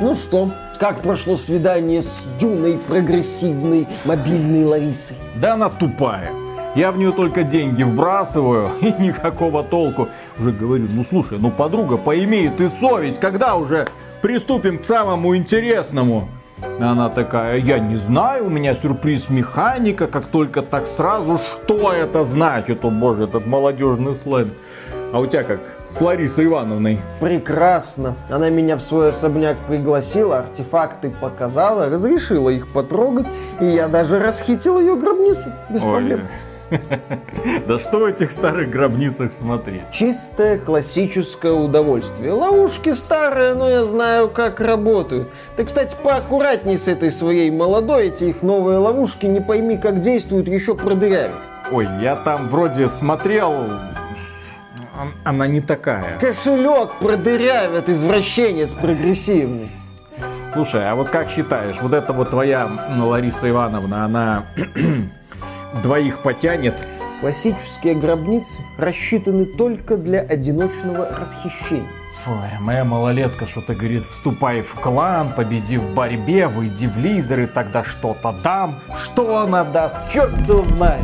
Ну что, как прошло свидание с юной, прогрессивной, мобильной Ларисой? Да она тупая. Я в нее только деньги вбрасываю и никакого толку. Уже говорю, ну слушай, ну подруга, поимей ты совесть, когда уже приступим к самому интересному? Она такая, я не знаю, у меня сюрприз механика, как только так сразу, что это значит? О боже, этот молодежный сленг. А у тебя как с Ларисой Ивановной? Прекрасно. Она меня в свой особняк пригласила, артефакты показала, разрешила их потрогать, и я даже расхитил ее гробницу без проблем. Да что в этих старых гробницах смотреть? Чистое классическое удовольствие. Ловушки старые, но я знаю, как работают. Ты, кстати, поаккуратней с этой своей молодой, эти их новые ловушки, не пойми, как действуют, еще продырявят. Ой, я там вроде смотрел... Она не такая. Кошелек продырявят, извращенец прогрессивный. Слушай, а вот как считаешь, вот эта вот твоя Лариса Ивановна, она двоих потянет? Классические гробницы рассчитаны только для одиночного расхищения. Ой, моя малолетка что-то говорит, вступай в клан, победи в борьбе, выйди в лизеры, тогда что-то дам. Что она даст? Черт его знает.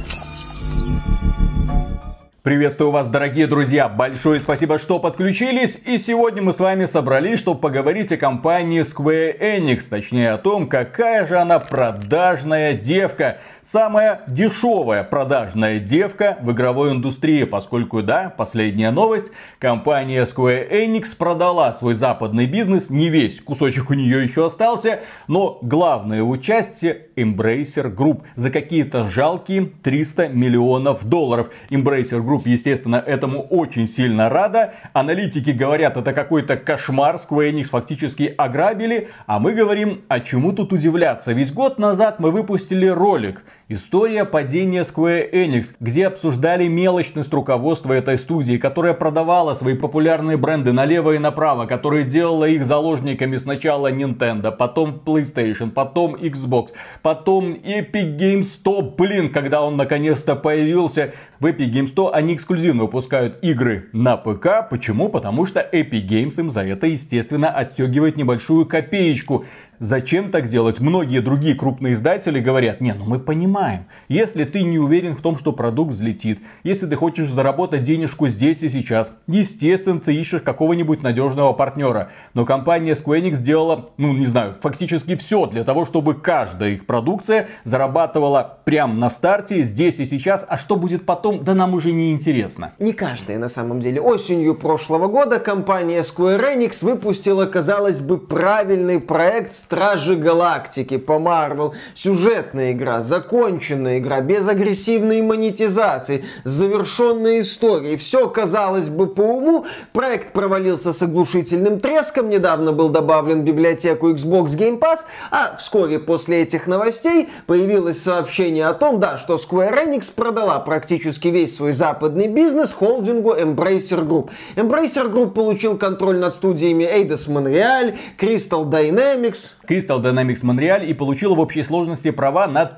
Приветствую вас, дорогие друзья! Большое спасибо, что подключились. И сегодня мы с вами собрались, чтобы поговорить о компании Square Enix. Точнее о том, какая же она продажная девка. Самая дешевая продажная девка в игровой индустрии. Поскольку, да, последняя новость. Компания Square Enix продала свой западный бизнес. Не весь кусочек у нее еще остался. Но главное участие Embracer Group. За какие-то жалкие $300 миллионов. Embracer Group, естественно, этому очень сильно рада. Аналитики говорят, это какой-то кошмар. Square Enix фактически ограбили. А мы говорим, а чему тут удивляться? Ведь год назад мы выпустили ролик. История падения Square Enix, где обсуждали мелочность руководства этой студии, которая продавала свои популярные бренды налево и направо, которая делала их заложниками сначала Nintendo, потом PlayStation, потом Xbox, потом Epic Games 100. Блин, когда он наконец-то появился в Epic Games 100, они эксклюзивно выпускают игры на ПК. Почему? Потому что Epic Games им за это, естественно, отстегивает небольшую копеечку. Зачем так делать? Многие другие крупные издатели говорят, не, ну мы понимаем, если ты не уверен в том, что продукт взлетит, если ты хочешь заработать денежку здесь и сейчас, естественно, ты ищешь какого-нибудь надежного партнера. Но компания Square Enix сделала, ну не знаю, фактически все для того, чтобы каждая их продукция зарабатывала прямо на старте, здесь и сейчас. А что будет потом, да нам уже не интересно. Не каждая на самом деле. Осенью прошлого года компания Square Enix выпустила, казалось бы, правильный проект Стражи Галактики по Marvel. Сюжетная игра, законченная игра, без агрессивной монетизации, с завершенной историей. Все казалось бы по уму. Проект провалился с оглушительным треском. Недавно был добавлен в библиотеку Xbox Game Pass. А вскоре после этих новостей появилось сообщение о том, да, что Square Enix продала практически весь свой западный бизнес холдингу Embracer Group. Embracer Group получил контроль над студиями Eidos Montreal, Crystal Dynamics Montreal и получила в общей сложности права над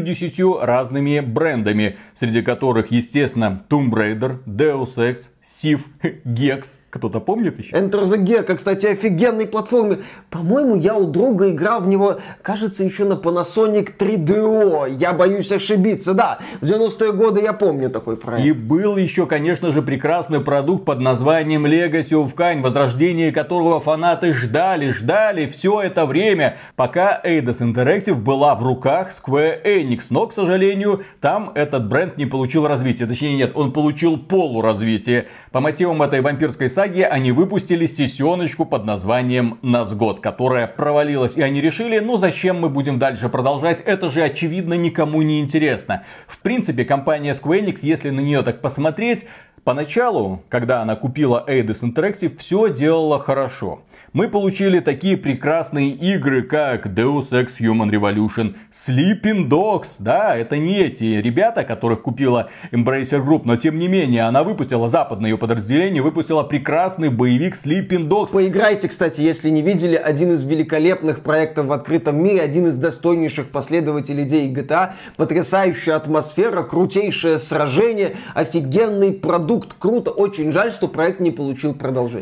50 разными брендами, среди которых, естественно, Tomb Raider, Deus Ex, Civ, Gex. Кто-то помнит еще? Enter the Gex, кстати, офигенный платформер. По-моему, я у друга играл в него, кажется, еще на Panasonic 3DO. Я боюсь ошибиться, да. В 90-е годы я помню такой проект. И был еще, конечно же, прекрасный продукт под названием Legacy of Kain, возрождение которого фанаты ждали все это время, пока Eidos Interactive была в руках Square Enix. Но, к сожалению, там этот бренд не получил развития. Точнее, нет, он получил полуразвитие. По мотивам этой вампирской саги они выпустили сессионочку под названием Назгод, которая провалилась. И они решили, ну зачем мы будем дальше продолжать, это же очевидно никому не интересно. В принципе, компания Square Enix, если на нее так посмотреть, поначалу, когда она купила Eidos Interactive, все делала хорошо. Мы получили такие прекрасные игры, как Deus Ex Human Revolution, Sleeping Dogs. Да, это не эти ребята, которых купила Embracer Group, но тем не менее, она выпустила, западное ее подразделение, выпустила прекрасный боевик Sleeping Dogs. Поиграйте, кстати, если не видели, один из великолепных проектов в открытом мире, один из достойнейших последователей идеи GTA, потрясающая атмосфера, крутейшее сражение, офигенный продукт, круто, очень жаль, что проект не получил продолжения.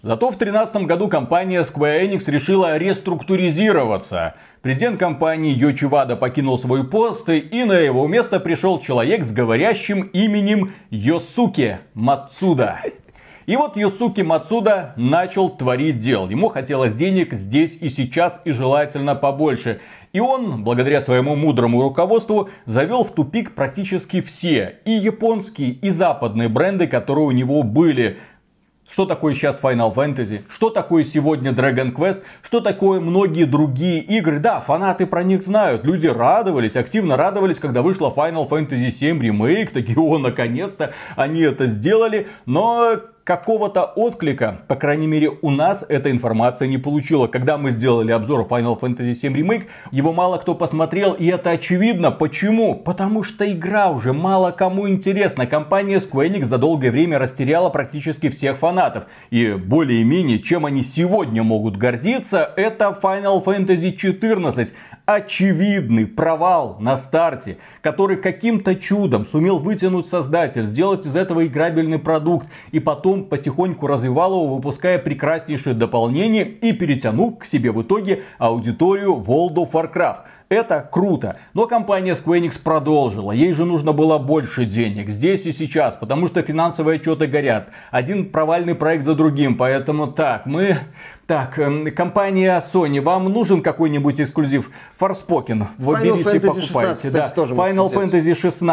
Зато в 2013 году компания Square Enix решила реструктуризироваться. Президент компании Йоичи Вада покинул свой пост, и на его место пришел человек с говорящим именем Йосуке Мацуда. И вот Йосуке Мацуда начал творить дел. Ему хотелось денег здесь и сейчас, и желательно побольше. И он, благодаря своему мудрому руководству, завел в тупик практически все и японские, и западные бренды, которые у него были. Что такое сейчас Final Fantasy? Что такое сегодня Dragon Quest? Что такое многие другие игры? Да, фанаты про них знают. Люди радовались, активно радовались, когда вышла Final Fantasy 7 ремейк. Такие, о, наконец-то они это сделали. Но какого-то отклика, по крайней мере у нас, эта информация не получила. Когда мы сделали обзор Final Fantasy 7 Remake, его мало кто посмотрел, и это очевидно. Почему? Потому что игра уже мало кому интересна. Компания Square Enix за долгое время растеряла практически всех фанатов. И более-менее, чем они сегодня могут гордиться, это Final Fantasy 14. Очевидный провал на старте, который каким-то чудом сумел вытянуть создатель, сделать из этого играбельный продукт и потом потихоньку развивал его, выпуская прекраснейшие дополнения и перетянув к себе в итоге аудиторию World of Warcraft. Это круто. Но компания Square Enix продолжила. Ей же нужно было больше денег здесь и сейчас, потому что финансовые отчеты горят. Один провальный проект за другим. Поэтому компания Sony, вам нужен какой-нибудь эксклюзив? Forspoken. Вы берите, покупайте. Да. Final Fantasy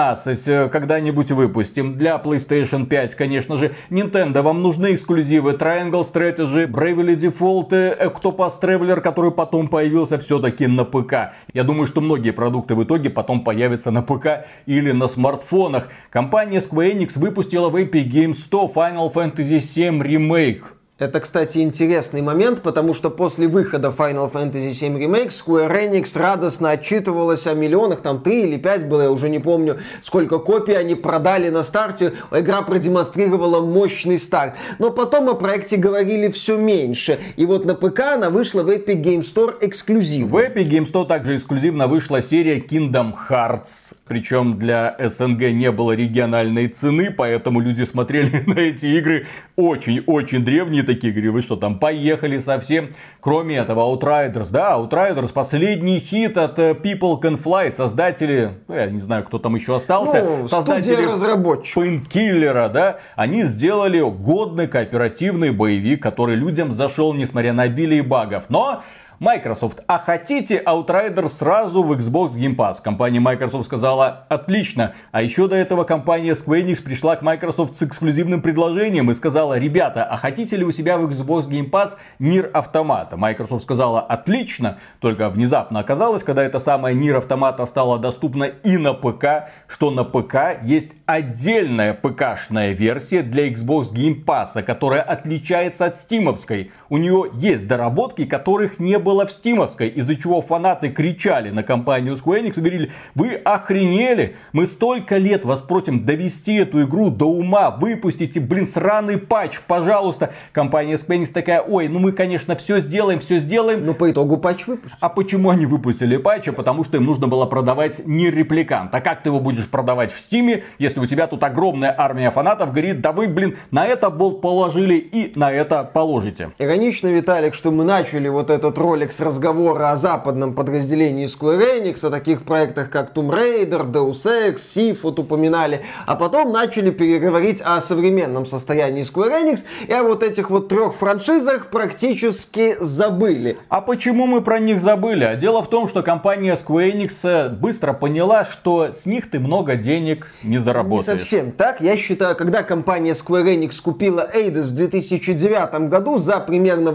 16 когда-нибудь выпустим. Для PlayStation 5, конечно же. Nintendo, вам нужны эксклюзивы? Triangle Strategy, Bravely Default, Octopath Traveler, который потом появился все-таки на ПК. Я думаю, что многие продукты в итоге потом появятся на ПК или на смартфонах. Компания Square Enix выпустила в Epic Games 100 Final Fantasy 7 Remake. Это, кстати, интересный момент, потому что после выхода Final Fantasy VII Remake Square Enix радостно отчитывалась о миллионах, там 3 или 5 было, я уже не помню, сколько копий они продали на старте. Игра продемонстрировала мощный старт. Но потом о проекте говорили все меньше. И вот на ПК она вышла в Epic Games Store эксклюзивно. В Epic Games Store также эксклюзивно вышла серия Kingdom Hearts. Причем для СНГ не было региональной цены, поэтому люди смотрели на эти игры очень-очень древние. Такие говорили, вы что там, поехали совсем. Кроме этого, Outriders, да, Outriders, последний хит от People Can Fly, создатели, я не знаю, кто там еще остался, создатели Painkiller, да, они сделали годный кооперативный боевик, который людям зашел, несмотря на обилие багов. Но Microsoft, а хотите Outriders сразу в Xbox Game Pass? Компания Microsoft сказала, отлично. А еще до этого компания Square Enix пришла к Microsoft с эксклюзивным предложением и сказала, ребята, а хотите ли у себя в Xbox Game Pass Nier Automata? Microsoft сказала, отлично. Только внезапно оказалось, когда эта самая Nier Automata стала доступна и на ПК, что на ПК есть отдельная ПК-шная версия для Xbox Game Pass, которая отличается от стимовской. У нее есть доработки, которых не было в стимовской, из-за чего фанаты кричали на компанию Square Enix и говорили, вы охренели, мы столько лет вас просим довести эту игру до ума, выпустите, сраный патч, пожалуйста. Компания Square Enix такая, ой, ну мы, конечно, все сделаем. Но по итогу патч выпустили. А почему они выпустили патч? Потому что им нужно было продавать не репликант. А как ты его будешь продавать в Стиме, если у тебя тут огромная армия фанатов говорит, да вы, на это болт положили и на это положите. Иронично, Виталик, что мы начали вот этот ролик с разговора о западном подразделении Square Enix, о таких проектах, как Tomb Raider, Deus Ex, Sif, вот упоминали, а потом начали переговорить о современном состоянии Square Enix, и о вот этих вот 3 франшизах практически забыли. А почему мы про них забыли? А дело в том, что компания Square Enix быстро поняла, что с них ты много денег не заработаешь. Не совсем так. Я считаю, когда компания Square Enix купила Eidos в 2009 году за примерно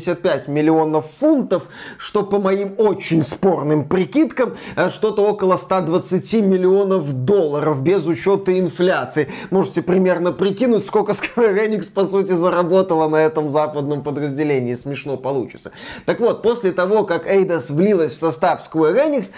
85 миллионов фунтов, что по моим очень спорным прикидкам, что-то около 120 миллионов долларов без учета инфляции. Можете примерно прикинуть, сколько Square Enix по сути заработала на этом западном подразделении. Смешно получится. Так вот, после того, как Eidos влилась в состав Square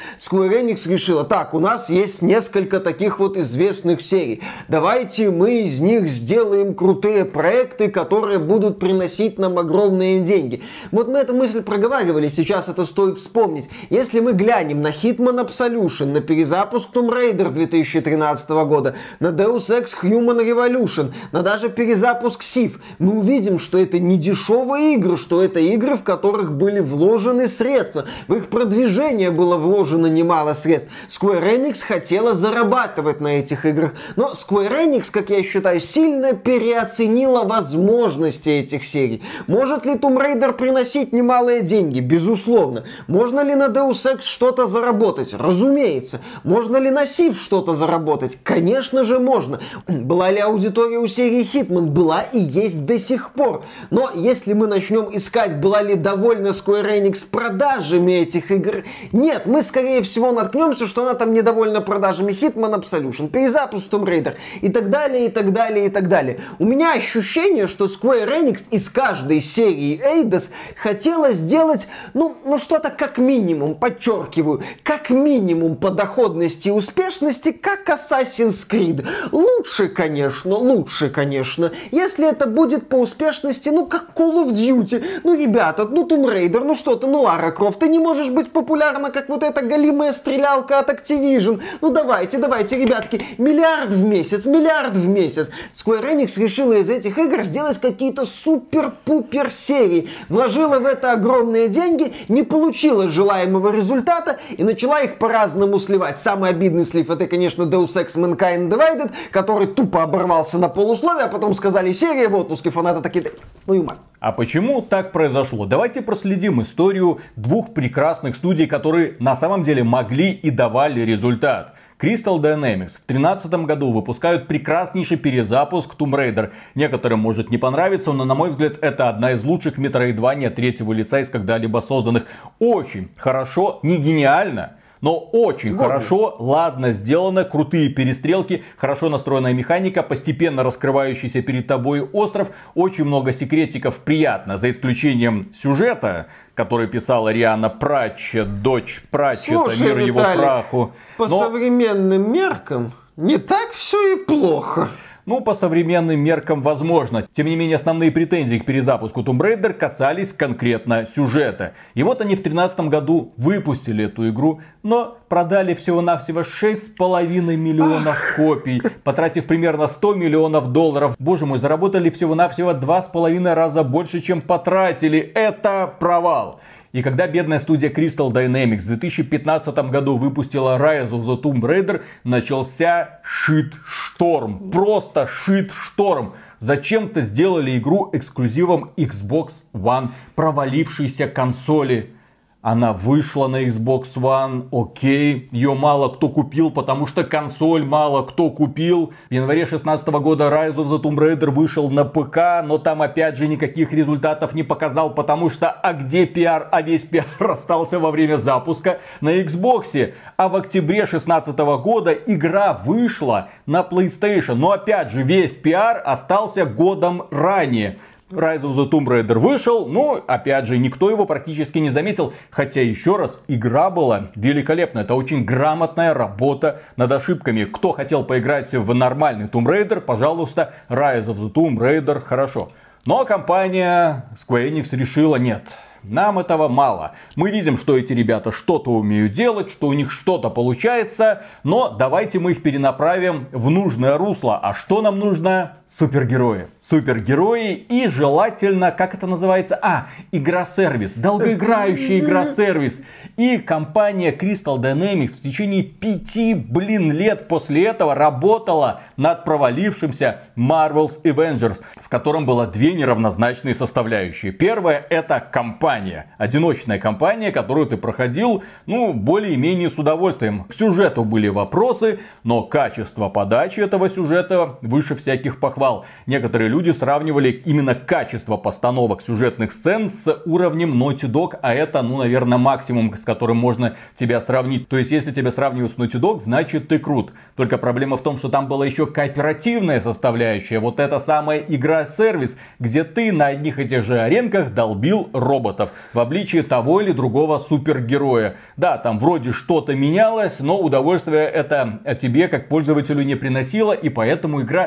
Enix решила, так, у нас есть несколько таких вот известных серий. Давайте мы из них сделаем крутые проекты, которые будут приносить нам огромные деньги. Вот мы эту мысль проговаривали разговаривали, сейчас это стоит вспомнить. Если мы глянем на Hitman Absolution, на перезапуск Tomb Raider 2013 года, на Deus Ex Human Revolution, на даже перезапуск Civ, мы увидим, что это не дешевые игры, что это игры, в которых были вложены средства. В их продвижение было вложено немало средств. Square Enix хотела зарабатывать на этих играх, но Square Enix, как я считаю, сильно переоценила возможности этих серий. Может ли Tomb Raider приносить немалые деньги? Безусловно. Можно ли на Deus Ex что-то заработать? Разумеется. Можно ли на Civ что-то заработать? Конечно же можно. Была ли аудитория у серии Hitman? Была и есть до сих пор. Но если мы начнем искать, была ли довольна Square Enix продажами этих игр, нет, мы скорее всего наткнемся, что она там недовольна продажами Hitman Absolution, перезапуск Tomb Raider и так далее, и так далее, и так далее. У меня ощущение, что Square Enix из каждой серии Eidos хотела сделать, что-то как минимум, подчеркиваю, как минимум по доходности и успешности, как Assassin's Creed. Лучше, конечно, если это будет по успешности, как Call of Duty. Ребята, Tomb Raider, Lara Croft, ты не можешь быть популярна, как вот эта голимая стрелялка от Activision. Давайте, ребятки, миллиард в месяц. Square Enix решила из этих игр сделать какие-то супер-пупер серии. Вложила в это огромные деньги, не получила желаемого результата и начала их по-разному сливать. Самый обидный слив — это, конечно, Deus Ex Mankind Divided, который тупо оборвался на полусловие, а потом сказали: серия в отпуске, фанаты такие: твою мать. А почему так произошло? Давайте проследим историю двух прекрасных студий, которые на самом деле могли и давали результат. Crystal Dynamics в 2013 году выпускают прекраснейший перезапуск Tomb Raider. Некоторым может не понравиться, но на мой взгляд это одна из лучших метроидвания третьего лица из когда-либо созданных. Очень хорошо, не гениально, но очень хорошо, ладно сделано, крутые перестрелки, хорошо настроенная механика, постепенно раскрывающийся перед тобой остров, очень много секретиков, приятно, за исключением сюжета, который писала Рианна Пратчетт, дочь Пратчетта, мир Виталий, его праху. По современным меркам не так все и плохо. По современным меркам возможно. Тем не менее, основные претензии к перезапуску Tomb Raider касались конкретно сюжета. И вот они в 2013 году выпустили эту игру, но продали всего-навсего 6,5 миллионов копий, потратив примерно $100 миллионов. Боже мой, заработали всего-навсего 2,5 раза больше, чем потратили. Это провал. И когда бедная студия Crystal Dynamics в 2015 году выпустила Rise of the Tomb Raider, начался шит-шторм. Просто шит-шторм. Зачем-то сделали игру эксклюзивом Xbox One, провалившейся консоли. Она вышла на Xbox One, окей, ее мало кто купил, потому что консоль мало кто купил. В январе 2016 года Rise of the Tomb Raider вышел на ПК, но там опять же никаких результатов не показал, потому что где пиар, весь пиар остался во время запуска на Xbox. А в октябре 2016 года игра вышла на PlayStation, но опять же весь пиар остался годом ранее. Rise of the Tomb Raider вышел, но опять же никто его практически не заметил. Хотя еще раз, игра была великолепная. Это очень грамотная работа над ошибками. Кто хотел поиграть в нормальный Tomb Raider, пожалуйста, Rise of the Tomb Raider хорошо. Но компания Square Enix решила: нет, нам этого мало. Мы видим, что эти ребята что-то умеют делать, что у них что-то получается, но давайте мы их перенаправим в нужное русло. А что нам нужно? Супергерои. Супергерои и желательно, как это называется? Игра-сервис. Долгоиграющая игра-сервис. И компания Crystal Dynamics в течение 5 лет после этого работала над провалившимся Marvel's Avengers, в котором было две неравнозначные составляющие. Первая — это кампания. Одиночная кампания, которую ты проходил, более-менее с удовольствием. К сюжету были вопросы, но качество подачи этого сюжета выше всяких похвал. Некоторые люди сравнивали именно качество постановок сюжетных сцен с уровнем Naughty Dog, а это, наверное, максимум, с которым можно тебя сравнить. То есть, если тебя сравнивают с Naughty Dog, значит ты крут. Только проблема в том, что там была еще кооперативная составляющая. Вот эта самая игра-сервис, где ты на одних и тех же аренках долбил роботов в обличии того или другого супергероя. Да, там вроде что-то менялось, но удовольствие это тебе как пользователю не приносило, и поэтому игра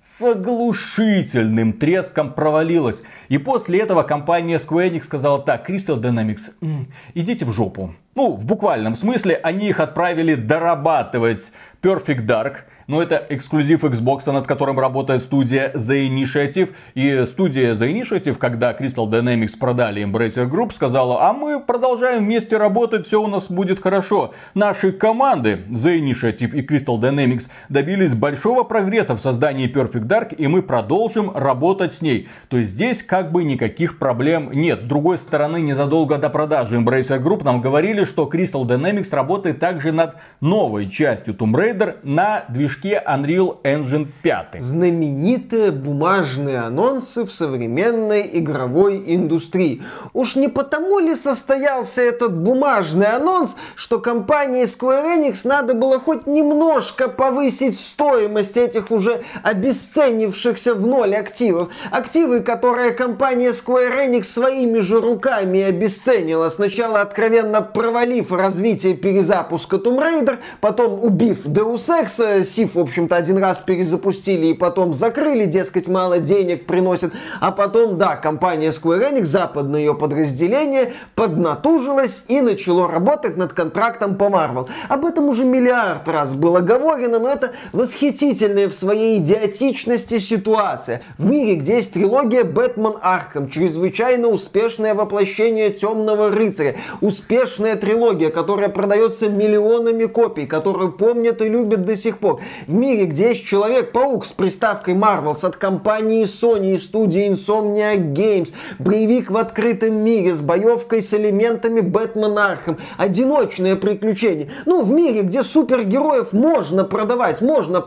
с оглушительным треском провалилась. И после этого компания Square Enix сказала: так, Crystal Dynamics, идите в жопу. Ну, в буквальном смысле, они их отправили дорабатывать Perfect Dark. Но это эксклюзив Xbox, над которым работает студия The Initiative. И студия The Initiative, когда Crystal Dynamics продали Embracer Group, сказала: а мы продолжаем вместе работать, все у нас будет хорошо. Наши команды The Initiative и Crystal Dynamics добились большого прогресса в создании Perfect Dark, и мы продолжим работать с ней. То есть здесь как бы никаких проблем нет. С другой стороны, незадолго до продажи Embracer Group нам говорили, что Crystal Dynamics работает также над новой частью Tomb Raider на движке Unreal Engine 5. Знаменитые бумажные анонсы в современной игровой индустрии. Уж не потому ли состоялся этот бумажный анонс, что компании Square Enix надо было хоть немножко повысить стоимость этих уже обесценившихся в ноль активов. Активы, которые компания Square Enix своими же руками обесценила, сначала откровенно провалив развитие перезапуска Tomb Raider, потом убив Deus Ex, в общем-то, один раз перезапустили и потом закрыли, дескать, мало денег приносит. А потом, да, компания Square Enix, западное ее подразделение, поднатужилась и начало работать над контрактом по Marvel. Об этом уже миллиард раз было говорено, но это восхитительная в своей идиотичности ситуация. В мире, где есть трилогия Бэтмен Арkham, чрезвычайно успешное воплощение Темного Рыцаря, успешная трилогия, которая продается миллионами копий, которую помнят и любят до сих пор. В мире, где есть Человек-паук с приставкой Marvels от компании Sony и студии Insomniac Games, боевик в открытом мире с боевкой с элементами Бэтмен Архем, одиночное приключение. Ну, в мире, где супергероев можно продавать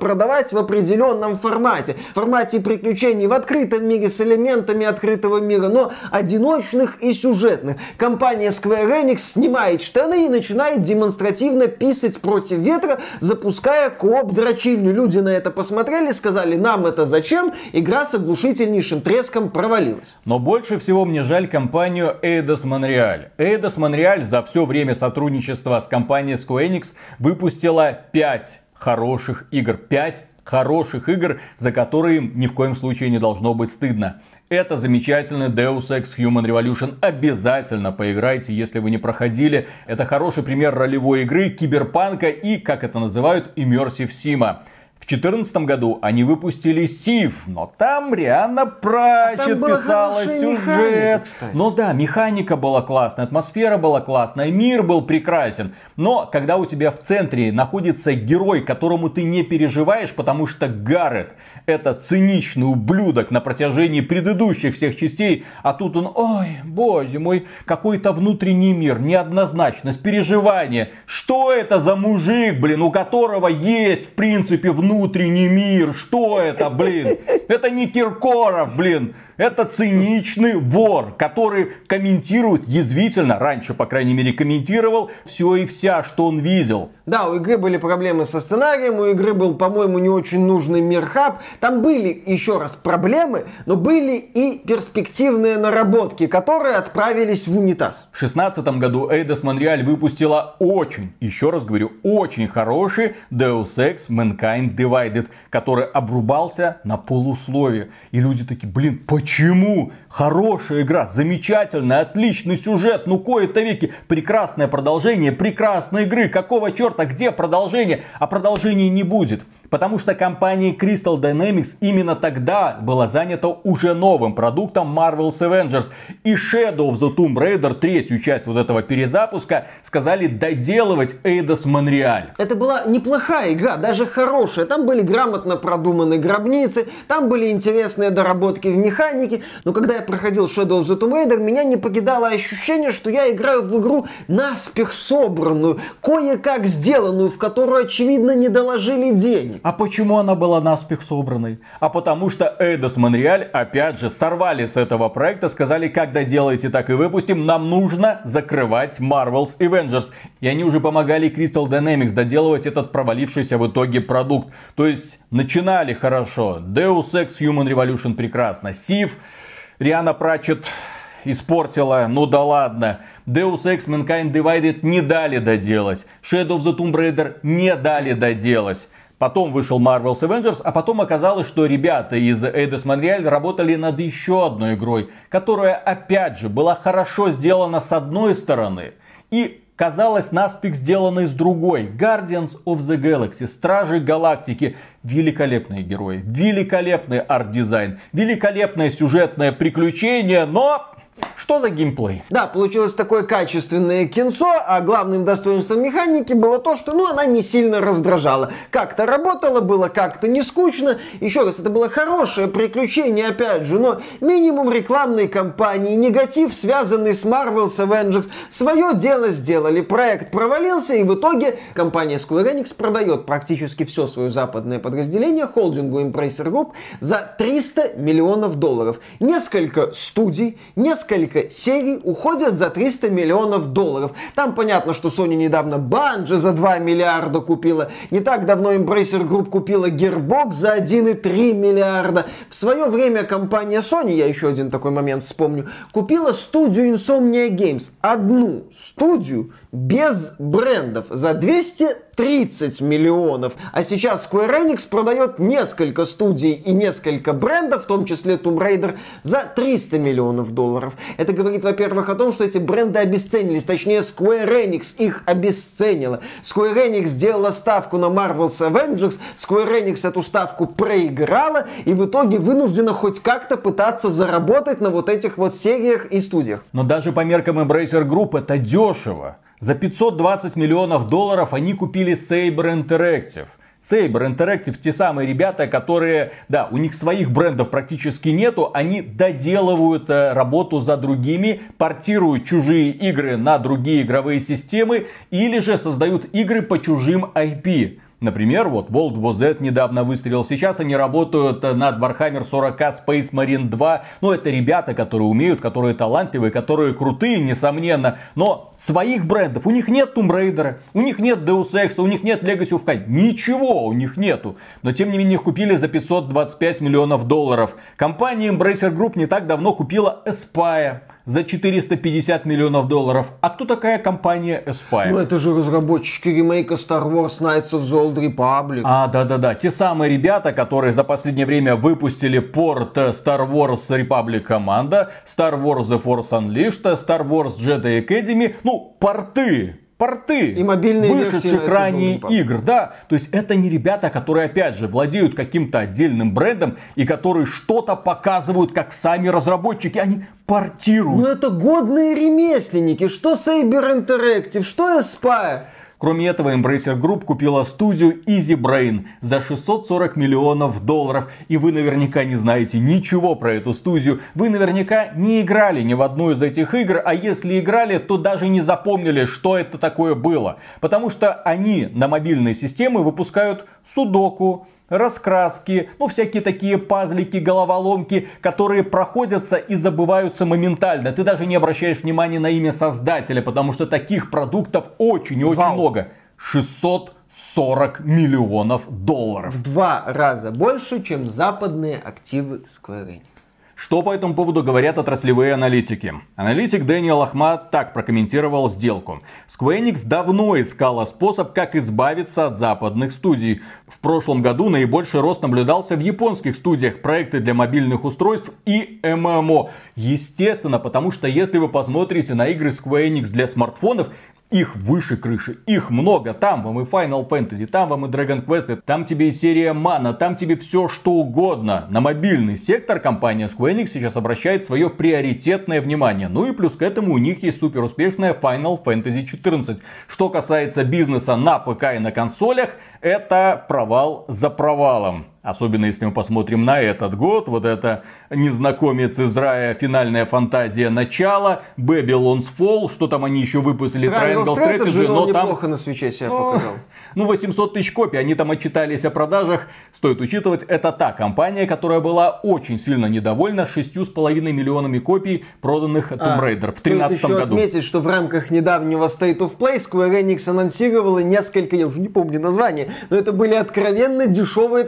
в определенном формате. В формате приключений в открытом мире с элементами открытого мира, но одиночных и сюжетных. Компания Square Enix снимает штаны и начинает демонстративно писать против ветра, запуская кооп дрочильню. Люди на это посмотрели, сказали: нам это зачем? Игра с оглушительнейшим треском провалилась. Но больше всего мне жаль компанию Eidos Montreal. Eidos Montreal за все время сотрудничества с компанией Square Enix выпустила 5 хороших игр. 5 хороших игр, за которые им ни в коем случае не должно быть стыдно. Это замечательный Deus Ex Human Revolution. Обязательно поиграйте, если вы не проходили. Это хороший пример ролевой игры, киберпанка и, как это называют, Immersive Sim. В 2014 году они выпустили Civ, но там Рианна Пратчетт писала сюжет. Ну да, механика была классная, атмосфера была классная, мир был прекрасен. Но когда у тебя в центре находится герой, которому ты не переживаешь, потому что Гаррет — это циничный ублюдок на протяжении предыдущих всех частей, а тут он, ой, боже мой, какой-то внутренний мир, неоднозначность, переживание. Что это за мужик, блин, у которого есть, в принципе, внутренний мир? Что это, блин? Это не Киркоров, блин. Это циничный вор, который комментирует язвительно, раньше, по крайней мере, комментировал все и вся, что он видел. Да, у игры были проблемы со сценарием, у игры был, по-моему, не очень нужный мирхаб. Там были, еще раз, проблемы, но были и перспективные наработки, которые отправились в унитаз. В 2016 году Eidos Montreal выпустила очень, еще раз говорю, очень хороший Deus Ex Mankind Divided, который обрубался на полусловие. И люди такие: блин, почему? Хорошая игра, замечательная, отличный сюжет, ну кои-то веки, прекрасное продолжение прекрасной игры. Какого черта, где продолжение? А продолжения не будет. Потому что компания Crystal Dynamics именно тогда была занята уже новым продуктом Marvel's Avengers. И Shadow of the Tomb Raider, третью часть вот этого перезапуска, сказали доделывать Eidos Montreal. Это была неплохая игра, даже хорошая. Там были грамотно продуманы гробницы, там были интересные доработки в механике. Но когда я проходил Shadow of the Tomb Raider, меня не покидало ощущение, что я играю в игру наспех собранную, кое-как сделанную, в которую, очевидно, не доложили денег. А почему она была наспех собранной? А потому что Eidos Montreal, опять же, сорвали с этого проекта, сказали: как доделаете, так и выпустим, нам нужно закрывать Marvel's Avengers. И они уже помогали Crystal Dynamics доделывать этот провалившийся в итоге продукт. То есть начинали хорошо. Deus Ex Human Revolution прекрасно. Civ, Рианна Пратчетт испортила, ну да ладно. Deus Ex Mankind Divided не дали доделать. Shadow of the Tomb Raider не дали доделать. Потом вышел Marvel's Avengers, а потом оказалось, что ребята из Eidos Montreal работали над еще одной игрой, которая, опять же, была хорошо сделана с одной стороны и казалось наспех сделанной с другой. Guardians of the Galaxy, Стражи Галактики. Великолепные герои, великолепный арт-дизайн, великолепное сюжетное приключение, но... Что за геймплей? Да, получилось такое качественное кинцо, а главным достоинством механики было то, что, она не сильно раздражала. Как-то работало, было как-то не скучно. Еще раз, это было хорошее приключение, опять же, но минимум рекламной кампании, негатив, связанный с Marvel's Avengers. Свое дело сделали, проект провалился, и в итоге компания Square Enix продает практически все свое западное подразделение холдингу Embracer Group за $300 миллионов. Несколько студий, несколько серий уходят за $300 миллионов. Там понятно, что Sony недавно Bungie за 2 миллиарда купила. Не так давно Embracer Group купила Gearbox за 1,3 миллиарда. В свое время компания Sony, я еще один такой момент вспомню, купила студию Insomnia Games. Одну студию без брендов за 230 миллионов. А сейчас Square Enix продает несколько студий и несколько брендов, в том числе Tomb Raider, за $300 миллионов. Это говорит, во-первых, о том, что эти бренды обесценились. Точнее, Square Enix их обесценила. Square Enix сделала ставку на Marvel's Avengers, Square Enix эту ставку проиграла и в итоге вынуждена хоть как-то пытаться заработать на вот этих вот сериях и студиях. Но даже по меркам Embracer Group это дешево. За $520 миллионов они купили Saber Interactive. Saber Interactive те самые ребята, которые, да, у них своих брендов практически нету, они доделывают работу за другими, портируют чужие игры на другие игровые системы или же создают игры по чужим IP. Например, вот World War Z недавно выстрелил. Сейчас они работают над Warhammer 40k Space Marine 2. Ну, это ребята, которые умеют, которые талантливые, которые крутые, несомненно. Но своих брендов у них нет Tomb Raider, у них нет Deus Ex, у них нет Legacy of Kain. Ничего у них нету. Но, тем не менее, их купили за $525 миллионов. Компания Embracer Group не так давно купила Aspyr за $450 миллионов. А кто такая компания Aspyr? Ну, это же разработчики ремейка Star Wars Knights of the Old Republic. Да. Те самые ребята, которые за последнее время выпустили порт Star Wars Republic Commando, Star Wars The Force Unleashed, Star Wars Jedi Academy. Ну, порты и мобильные вышедших ранее игр, да. То есть это не ребята, которые, опять же, владеют каким-то отдельным брендом и которые что-то показывают, как сами разработчики. Они портируют. Ну это годные ремесленники. Что Saber Interactive, что Aspyr. Кроме этого, Embracer Group купила студию Easy Brain за $640 миллионов. И вы наверняка не знаете ничего про эту студию. Вы наверняка не играли ни в одну из этих игр. А если играли, то даже не запомнили, что это такое было. Потому что они на мобильные системы выпускают судоку, раскраски, всякие такие пазлики, головоломки, которые проходятся и забываются моментально. Ты даже не обращаешь внимания на имя создателя, потому что таких продуктов очень и очень много. 640 миллионов долларов. В 2 раза больше, чем западные активы Square Enix. Что по этому поводу говорят отраслевые аналитики? Аналитик Дэниел Ахмад так прокомментировал сделку. Square Enix давно искала способ, как избавиться от западных студий. В прошлом году наибольший рост наблюдался в японских студиях, проекты для мобильных устройств и ММО. Естественно, потому что если вы посмотрите на игры Square Enix для смартфонов, их выше крыши, их много. Там вам и Final Fantasy, там вам и Dragon Quest, там тебе и серия Mana, там тебе все что угодно. На мобильный сектор компания Square Enix сейчас обращает свое приоритетное внимание. Ну и плюс к этому у них есть супер успешная Final Fantasy 14. Что касается бизнеса на ПК и на консолях, это провал за провалом. Особенно если мы посмотрим на этот год. Вот это незнакомец из рая, финальная фантазия начала, Babylon's Fall, что там они еще выпустили, Triangle Strategy, но там неплохо на свече себя показал. 800 тысяч копий, они там отчитались о продажах. Стоит учитывать, это та компания, которая была очень сильно недовольна 6,5 миллионами копий проданных Tomb Raider в 2013 году. Стоит еще отметить, что в рамках недавнего State of Play Square Enix анонсировала несколько, я уже не помню название, но это были откровенно дешевые такие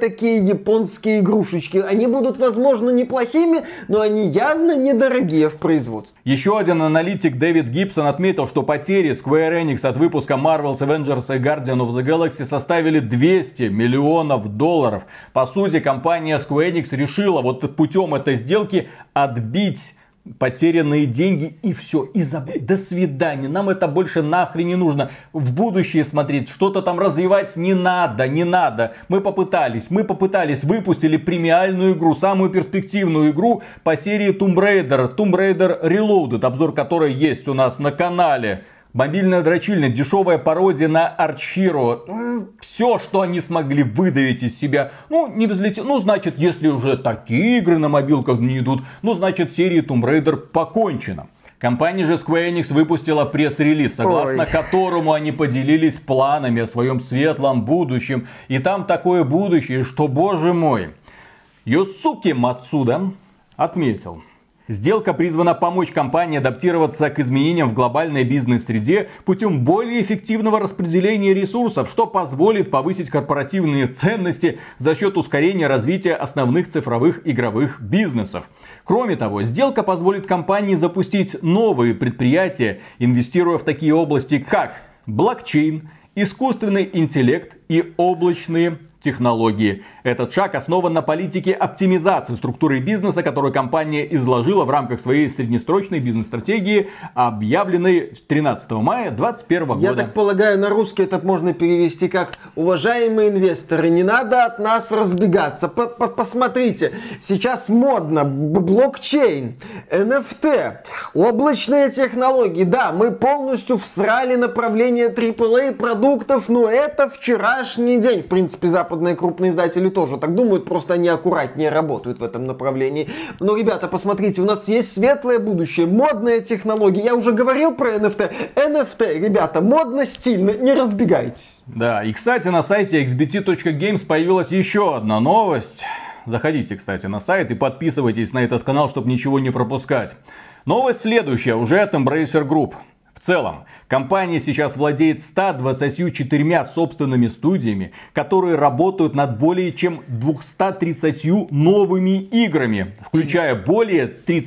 японские игрушечки. Они будут, возможно, неплохими, но они явно недорогие в производстве. Еще один аналитик Дэвид Гибсон отметил, что потери Square Enix от выпуска Marvel's Avengers и Guardians of the Galaxy составили 200 миллионов долларов. По сути, компания Square Enix решила вот путем этой сделки отбить потерянные деньги и все, и забыть. До свидания, нам это больше нахрен не нужно. В будущее смотреть, что-то там развивать не надо, не надо. Мы попытались, выпустили премиальную игру, самую перспективную игру по серии Tomb Raider Reloaded, обзор которой есть у нас на канале. Мобильная дрочильня, дешевая пародия на Arch Hero. Все, что они смогли выдавить из себя. Не взлетело. Значит, если уже такие игры на мобилках не идут, значит, серия Tomb Raider покончена. Компания же Square Enix выпустила пресс-релиз, согласно которому они поделились планами о своем светлом будущем. И там такое будущее, что, боже мой. Йосуке Мацуда отметил: сделка призвана помочь компании адаптироваться к изменениям в глобальной бизнес-среде путем более эффективного распределения ресурсов, что позволит повысить корпоративные ценности за счет ускорения развития основных цифровых игровых бизнесов. Кроме того, сделка позволит компании запустить новые предприятия, инвестируя в такие области, как блокчейн, искусственный интеллект и облачные технологии. Этот шаг основан на политике оптимизации структуры бизнеса, которую компания изложила в рамках своей среднесрочной бизнес-стратегии, объявленной 13 мая 2021 года. Я так полагаю, на русский это можно перевести как: уважаемые инвесторы, не надо от нас разбегаться. Посмотрите, сейчас модно блокчейн, NFT, облачные технологии. Да, мы полностью всрали направление AAA продуктов, но это вчерашний день. В принципе, западные крупные издатели тоже так думают, просто они аккуратнее работают в этом направлении. Но, ребята, посмотрите, у нас есть светлое будущее, модные технологии. Я уже говорил про NFT. NFT, ребята, модно, стильно, не разбегайтесь. Да, и, кстати, на сайте xbt.games появилась еще одна новость. Заходите, кстати, на сайт и подписывайтесь на этот канал, чтобы ничего не пропускать. Новость следующая, уже от Embracer Group. В целом, компания сейчас владеет 124 собственными студиями, которые работают над более чем 230 новыми играми, включая более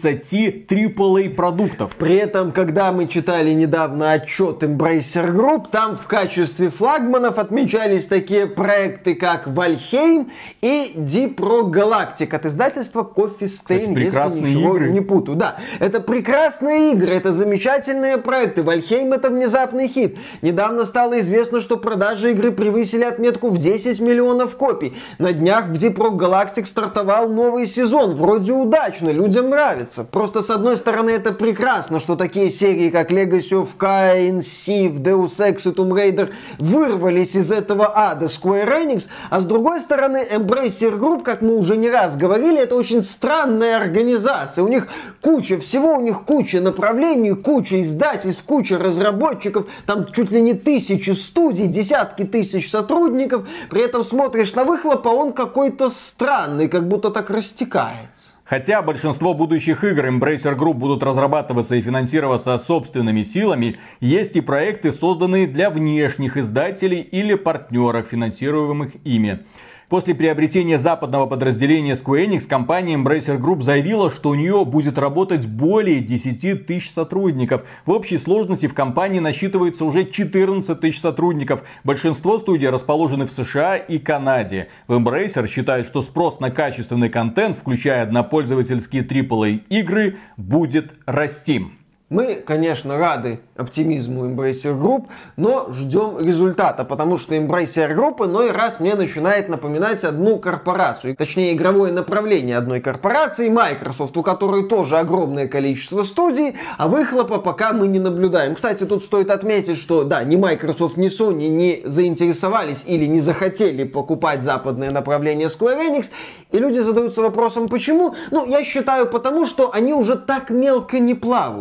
30 AAA продуктов. При этом, когда мы читали недавно отчет Embracer Group, там в качестве флагманов отмечались такие проекты, как Valheim и Deep Rock Galactic от издательства Coffee Stain, если ничего не путаю. Да, это прекрасные игры, это замечательные проекты. Valheim — это внезапный хит. Недавно стало известно, что продажи игры превысили отметку в 10 миллионов копий. На днях в Deep Rock Galactic стартовал новый сезон. Вроде удачно, людям нравится. Просто с одной стороны это прекрасно, что такие серии, как Legacy of Kain, Civ, Deus Ex и Tomb Raider вырвались из этого ада Square Enix, а с другой стороны Embracer Group, как мы уже не раз говорили, это очень странная организация. У них куча всего, у них куча направлений, куча издательств, куча разработчиков, там чуть ли не 1000 студий, десятки тысяч сотрудников. При этом смотришь на выхлоп, а он какой-то странный, как будто так растекается. Хотя большинство будущих игр Embracer Group будут разрабатываться и финансироваться собственными силами, есть и проекты, созданные для внешних издателей или партнеров, финансируемых ими. После приобретения западного подразделения Square Enix компания Embracer Group заявила, что у нее будет работать более 10 тысяч сотрудников. В общей сложности в компании насчитывается уже 14 тысяч сотрудников. Большинство студий расположены в США и Канаде. В Embracer считают, что спрос на качественный контент, включая однопользовательские AAA игры, будет расти. Мы, конечно, рады оптимизму Embracer Group, но ждем результата, потому что Embracer Group иной раз мне начинает напоминать одну корпорацию, точнее игровое направление одной корпорации, Microsoft, у которой тоже огромное количество студий, а выхлопа пока мы не наблюдаем. Кстати, тут стоит отметить, что да, ни Microsoft, ни Sony не заинтересовались или не захотели покупать западное направление Square Enix, и люди задаются вопросом, почему? Ну, я считаю, потому что они уже так мелко не плавают.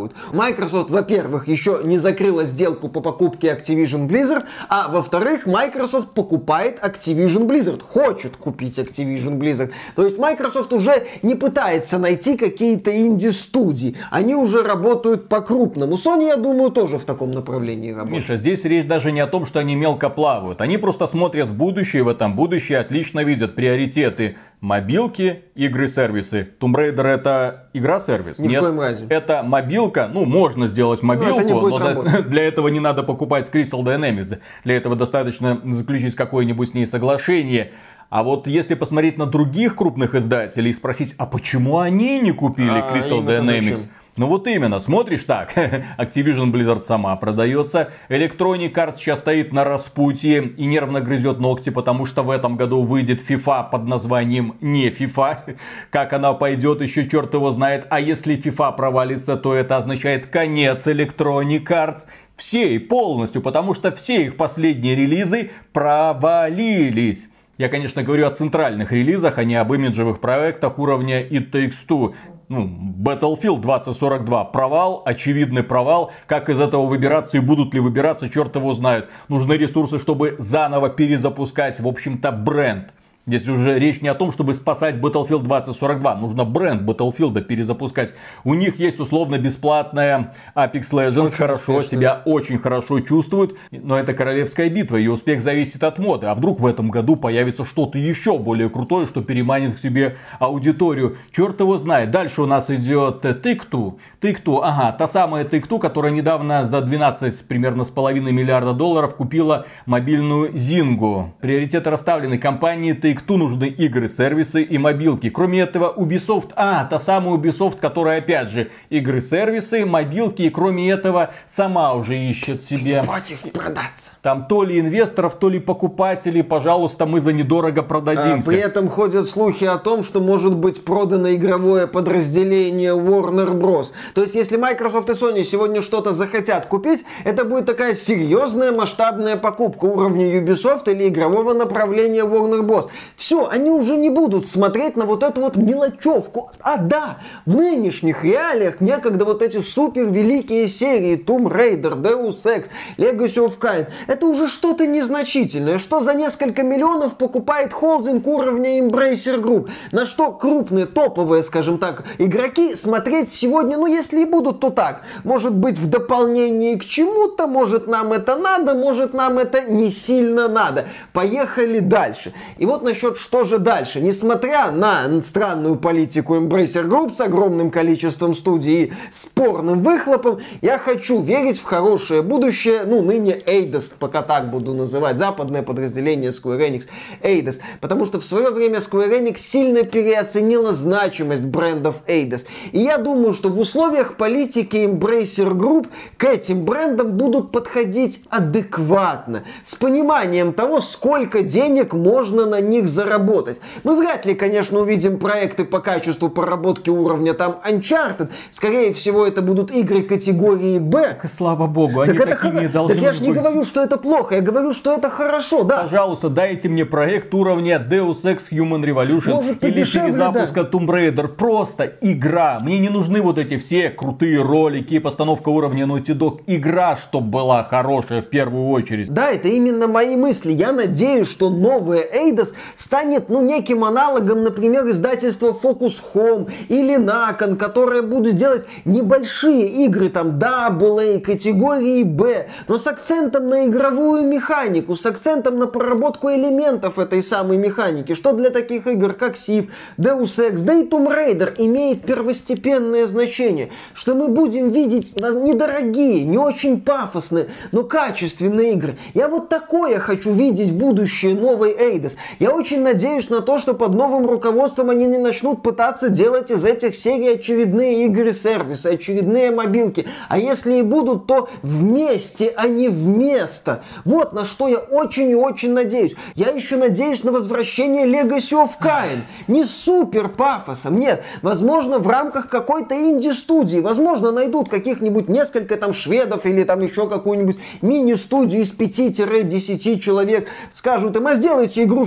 Microsoft, во-первых, еще не закрыла сделку по покупке Activision Blizzard, а во-вторых, Microsoft покупает Activision Blizzard, хочет купить Activision Blizzard. То есть Microsoft уже не пытается найти какие-то инди-студии, они уже работают по-крупному. Sony, я думаю, тоже в таком направлении работает. Миша, здесь речь даже не о том, что они мелко плавают, они просто смотрят в будущее, в этом будущее отлично видят приоритеты. Мобилки, игры-сервисы. Tomb Raider это игра-сервис? Ни в коем разе. Это мобилка. Ну, можно сделать мобилку, но для этого не надо покупать Crystal Dynamics. Для этого достаточно заключить какое-нибудь с ней соглашение. А вот если посмотреть на других крупных издателей и спросить, а почему они не купили Crystal Dynamics? Ну вот именно, смотришь так, Activision Blizzard сама продается, Electronic Arts сейчас стоит на распутье и нервно грызет ногти, потому что в этом году выйдет FIFA под названием не FIFA. Как она пойдет, еще черт его знает. А если FIFA провалится, то это означает конец Electronic Arts. Всей полностью, потому что все их последние релизы провалились. Я, конечно, говорю о центральных релизах, а не об имиджевых проектах уровня It Takes Two. Battlefield 2042 провал, очевидный провал. Как из этого выбираться и будут ли выбираться, черт его знает. Нужны ресурсы, чтобы заново перезапускать, в общем-то, бренд. Здесь уже речь не о том, чтобы спасать Battlefield 2042. Нужно бренд Battlefield перезапускать. У них есть условно бесплатная Apex Legends. Очень хорошо успешно. Себя очень хорошо чувствуют. Но это королевская битва. Ее успех зависит от моды. А вдруг в этом году появится что-то еще более крутое, что переманит к себе аудиторию. Черт его знает. Дальше у нас идет Take-Two. Take-Two, ага, та самая Take-Two, которая недавно за 12 примерно с половиной миллиарда долларов купила мобильную Zynga. Приоритеты расставлены. Компании Take-Two нужны игры, сервисы и мобилки. Кроме этого, Ubisoft, та самая Ubisoft, которая опять же игры, сервисы, мобилки. И кроме этого, сама уже ищет себе... Против продаться. Там то ли инвесторов, то ли покупателей. Пожалуйста, мы за недорого продадимся. При этом ходят слухи о том, что может быть продано игровое подразделение Warner Bros. То есть, если Microsoft и Sony сегодня что-то захотят купить, это будет такая серьезная масштабная покупка уровня Ubisoft или игрового направления Warner Bros. Все, они уже не будут смотреть на вот эту вот мелочевку. Да, в нынешних реалиях некогда вот эти супер великие серии Tomb Raider, Deus Ex, Legacy of Kain, это уже что-то незначительное, что за несколько миллионов покупает холдинг уровня Embracer Group, на что крупные, топовые, скажем так, игроки смотреть сегодня, если и будут, то так. Может быть, в дополнение к чему-то, может, нам это надо, может, нам это не сильно надо. Поехали дальше. И вот насчет что же дальше. Несмотря на странную политику Embracer Group с огромным количеством студий и спорным выхлопом, я хочу верить в хорошее будущее, ныне Eidos, пока так буду называть, западное подразделение Square Enix, Eidos. Потому что в свое время Square Enix сильно переоценила значимость брендов Eidos. И я думаю, что в условиях политики Embracer Group к этим брендам будут подходить адекватно, с пониманием того, сколько денег можно на них заработать. Мы вряд ли, конечно, увидим проекты по качеству проработки уровня там Uncharted. Скорее всего, это будут игры категории Б. Слава богу, они такими должны быть. Так я же не говорю, что это плохо, я говорю, что это хорошо, да. Пожалуйста, дайте мне проект уровня Deus Ex Human Revolution. Может, или перезапуска Tomb Raider. Просто игра. Мне не нужны вот эти все крутые ролики, постановка уровня Naughty Dog. Игра, чтобы была хорошая в первую очередь. Да, это именно мои мысли. Я надеюсь, что новая Eidos станет, неким аналогом, например, издательства Focus Home или Nacon, которые будут делать небольшие игры, там, AA, категории B, но с акцентом на игровую механику, с акцентом на проработку элементов этой самой механики, что для таких игр, как Civ, Deus Ex, да и Tomb Raider имеет первостепенное значение, что мы будем видеть недорогие, не очень пафосные, но качественные игры. Я вот такое хочу видеть будущее новой Eidos. Я очень надеюсь на то, что под новым руководством они не начнут пытаться делать из этих серий очередные игры-сервисы, очередные мобилки. А если и будут, то вместе, а не вместо. Вот на что я очень и очень надеюсь. Я еще надеюсь на возвращение Legacy of Kain. Не супер пафосом, нет. Возможно, в рамках какой-то инди-студии. Возможно, найдут каких-нибудь несколько там шведов или там еще какую-нибудь мини-студию из 5-10 человек. Скажут им, сделайте игрушку с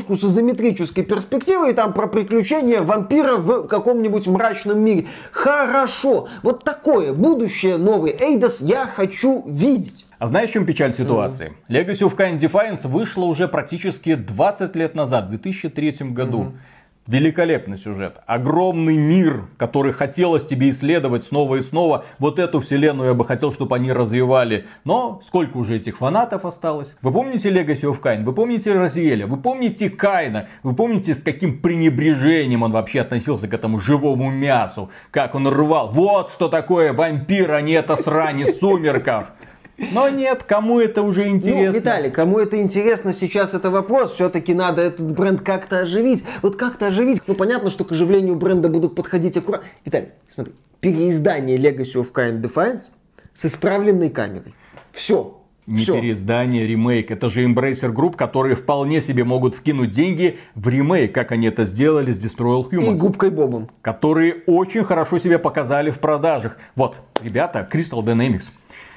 изометрической перспективы, и там про приключения вампира в каком-нибудь мрачном мире. Хорошо. Вот такое будущее новый Эйдос я хочу видеть. А знаешь, в чем печаль ситуации? Legacy of Kain Defiance вышла уже практически 20 лет назад, в 2003 году. Великолепный сюжет, огромный мир, который хотелось тебе исследовать снова и снова. Вот эту вселенную я бы хотел, чтобы они развивали. Но сколько уже этих фанатов осталось? Вы помните Legacy of Kain? Вы помните Разиэля? Вы помните Каина? Вы помните, с каким пренебрежением он вообще относился к этому живому мясу? Как он рвал? Вот что такое вампир, а не это срань из Сумерков. Но нет, кому это уже интересно? Ну, Виталий, кому это интересно сейчас, это вопрос. Все-таки надо этот бренд как-то оживить. Вот как-то оживить. Ну, понятно, что к оживлению бренда будут подходить аккуратно. Виталий, смотри. Переиздание Legacy of Kain Defiance с исправленной камерой. Все. Не переиздание, ремейк. Это же Embracer Group, которые вполне себе могут вкинуть деньги в ремейк, как они это сделали с Destroy All Humans. И Губкой Бобом. Которые очень хорошо себя показали в продажах. Вот, ребята, Crystal Dynamics.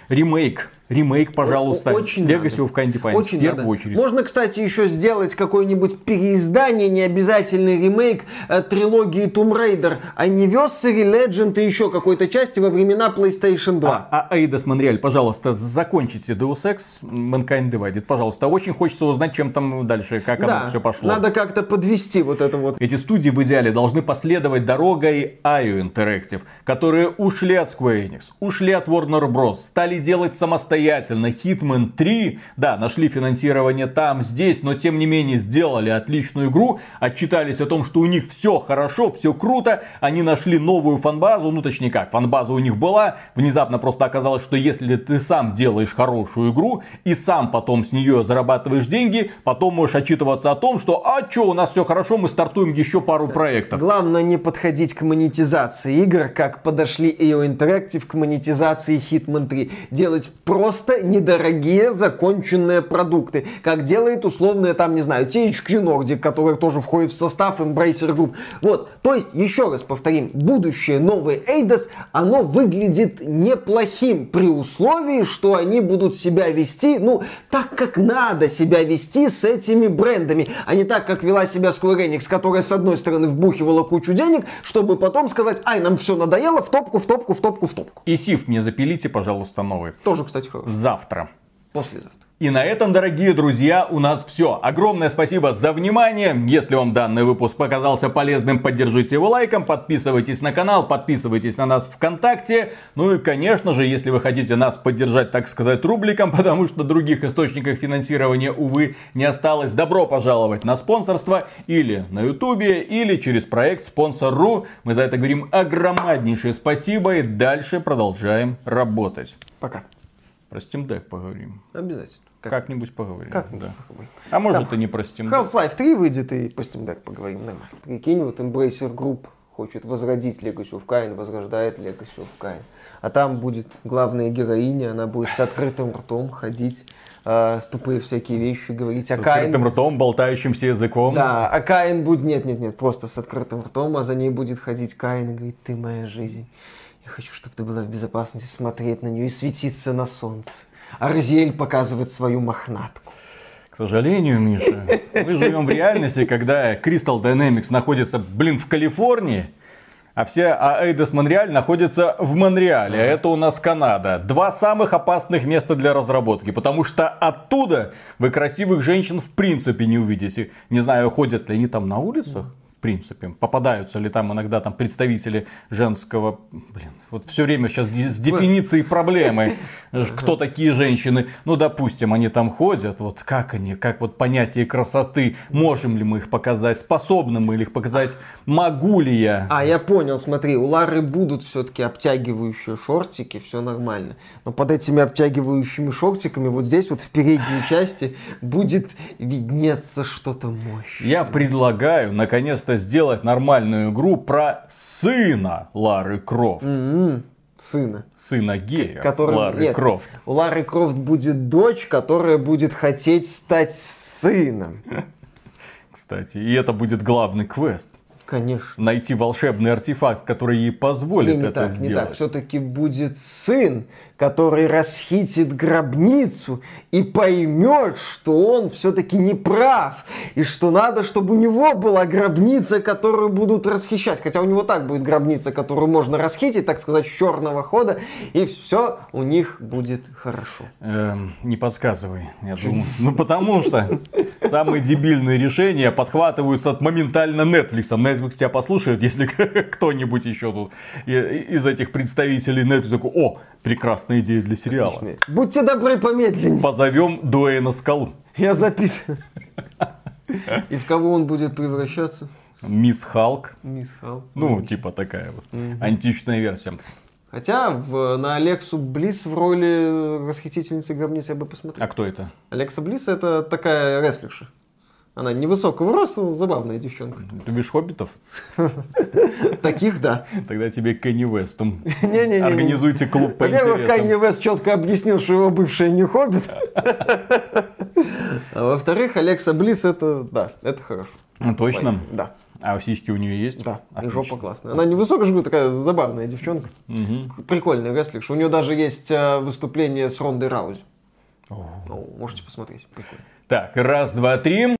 Ремейк, пожалуйста. Очень Legacy of Kain Defiance. Очень в первую надо. очередь. Можно, кстати, еще сделать какое-нибудь переиздание, не обязательный ремейк трилогии Tomb Raider, Anniversary, Legend и еще какой-то части во времена PlayStation 2. Eidos Montreal, пожалуйста, закончите Deus Ex Mankind Divided. Пожалуйста, очень хочется узнать, чем там дальше, как оно все пошло. Надо как-то подвести вот это вот. Эти студии в идеале должны последовать дорогой IO Interactive, которые ушли от Square Enix, ушли от Warner Bros, стали делать самостоятельно. Hitman 3, да, нашли финансирование там, здесь, но тем не менее сделали отличную игру, отчитались о том, что у них все хорошо, все круто, они нашли новую фанбазу, ну точнее как, фанбаза у них была, внезапно просто оказалось, что если ты сам делаешь хорошую игру и сам потом с нее зарабатываешь деньги, потом можешь отчитываться о том, что у нас все хорошо, мы стартуем еще пару проектов. Главное не подходить к монетизации игр, как подошли IO Interactive к монетизации Hitman 3. Делать просто недорогие законченные продукты, как делает условные там, не знаю, THQ Nordic, который тоже входит в состав Embracer Group. Вот, то есть, еще раз повторим, будущее новый Eidos, оно выглядит неплохим при условии, что они будут себя вести, ну, так как надо себя вести с этими брендами, а не так, как вела себя Square Enix, которая с одной стороны вбухивала кучу денег, чтобы потом сказать, нам все надоело, в топку. И Сив мне запилите, пожалуйста, новый. Тоже, кстати, хорошо. Завтра. Послезавтра. И на этом, дорогие друзья, у нас все. Огромное спасибо за внимание. Если вам данный выпуск показался полезным, поддержите его лайком, подписывайтесь на канал, подписывайтесь на нас ВКонтакте. Ну и, конечно же, если вы хотите нас поддержать, так сказать, рубликом, потому что других источников финансирования, увы, не осталось, добро пожаловать на спонсорство или на Ютубе, или через проект Sponsor.ru. Мы за это говорим огромнейшее спасибо и дальше продолжаем работать. Пока. Про Steam Deck поговорим. Обязательно. Как-нибудь поговорим. Как-нибудь поговорим. А может и не про Steam Deck. Half-Life 3 выйдет и по Steam Deck поговорим. Нормально. Прикинь, вот Embracer Group хочет возродить Legacy of Kain, возрождает Legacy of Kain. А там будет главная героиня, она будет с открытым ртом ходить, тупые всякие вещи говорить. С открытым ртом, болтающимся языком. Да, а Каин будет... Нет, просто с открытым ртом, а за ней будет ходить Каин и говорит, ты моя жизнь. Я хочу, чтобы ты была в безопасности, смотреть на нее и светиться на солнце. А Разиэль показывает свою мохнатку. К сожалению, Миша, мы живем в реальности, когда Crystal Dynamics находится, в Калифорнии, а Eidos Montreal находится в Монреале. А это у нас Канада. Два самых опасных места для разработки, потому что оттуда вы красивых женщин в принципе не увидите. Не знаю, ходят ли они там на улицах. В принципе, попадаются ли там иногда представители женского... вот все время сейчас с дефиницией проблемы. Кто такие женщины? Ну, допустим, они там ходят. Вот как они, как вот понятие красоты. Можем ли мы их показать? Способны мы их показать? Могу ли я? Я понял, смотри, у Лары будут все-таки обтягивающие шортики, все нормально. Но под этими обтягивающими шортиками вот здесь вот в передней части будет виднеться что-то мощное. Я предлагаю, наконец-то, сделать нормальную игру про сына Лары Крофт. Сына гея Лары Крофт. У Лары Крофт будет дочь, которая будет хотеть стать сыном. Кстати, и это будет главный квест. Конечно. найти волшебный артефакт, который ей позволит это сделать. Не так. Все-таки будет сын, который расхитит гробницу и поймет, что он все-таки не прав. И что надо, чтобы у него была гробница, которую будут расхищать. Хотя у него так будет гробница, которую можно расхитить, так сказать, с черного хода. И все у них будет хорошо. Не подсказывай. Я думаю, потому что самые дебильные решения подхватываются моментально Netflix. Netflix тебя послушает, если кто-нибудь еще тут из этих представителей Netflix такой: о, прекрасная идея для сериала. Отлично. Будьте добры, помедленнее. Позовем Дуэйна Скалу. Я записываю. И в кого он будет превращаться? Мисс Халк. Мисс Халк. Ну, типа такая вот античная версия. Хотя на Алексу Блисс в роли расхитительницы гробницы я бы посмотрел. А кто это? Алекса Блисс это такая рестлерша. Она невысокого роста, но забавная девчонка. Ты видишь хоббитов? Таких, да. Тогда тебе Кенни Уэстом. Не-не-не. Организуйте клуб по Во-первых, интересам. Канье Уэст четко объяснил, что его бывшая не хоббит. А во-вторых, Алекса Блисс это хорошо. Точно? Да. А сиськи у нее есть? Да, и Отлично. жопа классная. Она невысокая, же такая забавная девчонка. Прикольная рестлерша. У нее даже есть выступление с Рондой Раузи. Можете посмотреть. Прикольно. Так, раз, два, три.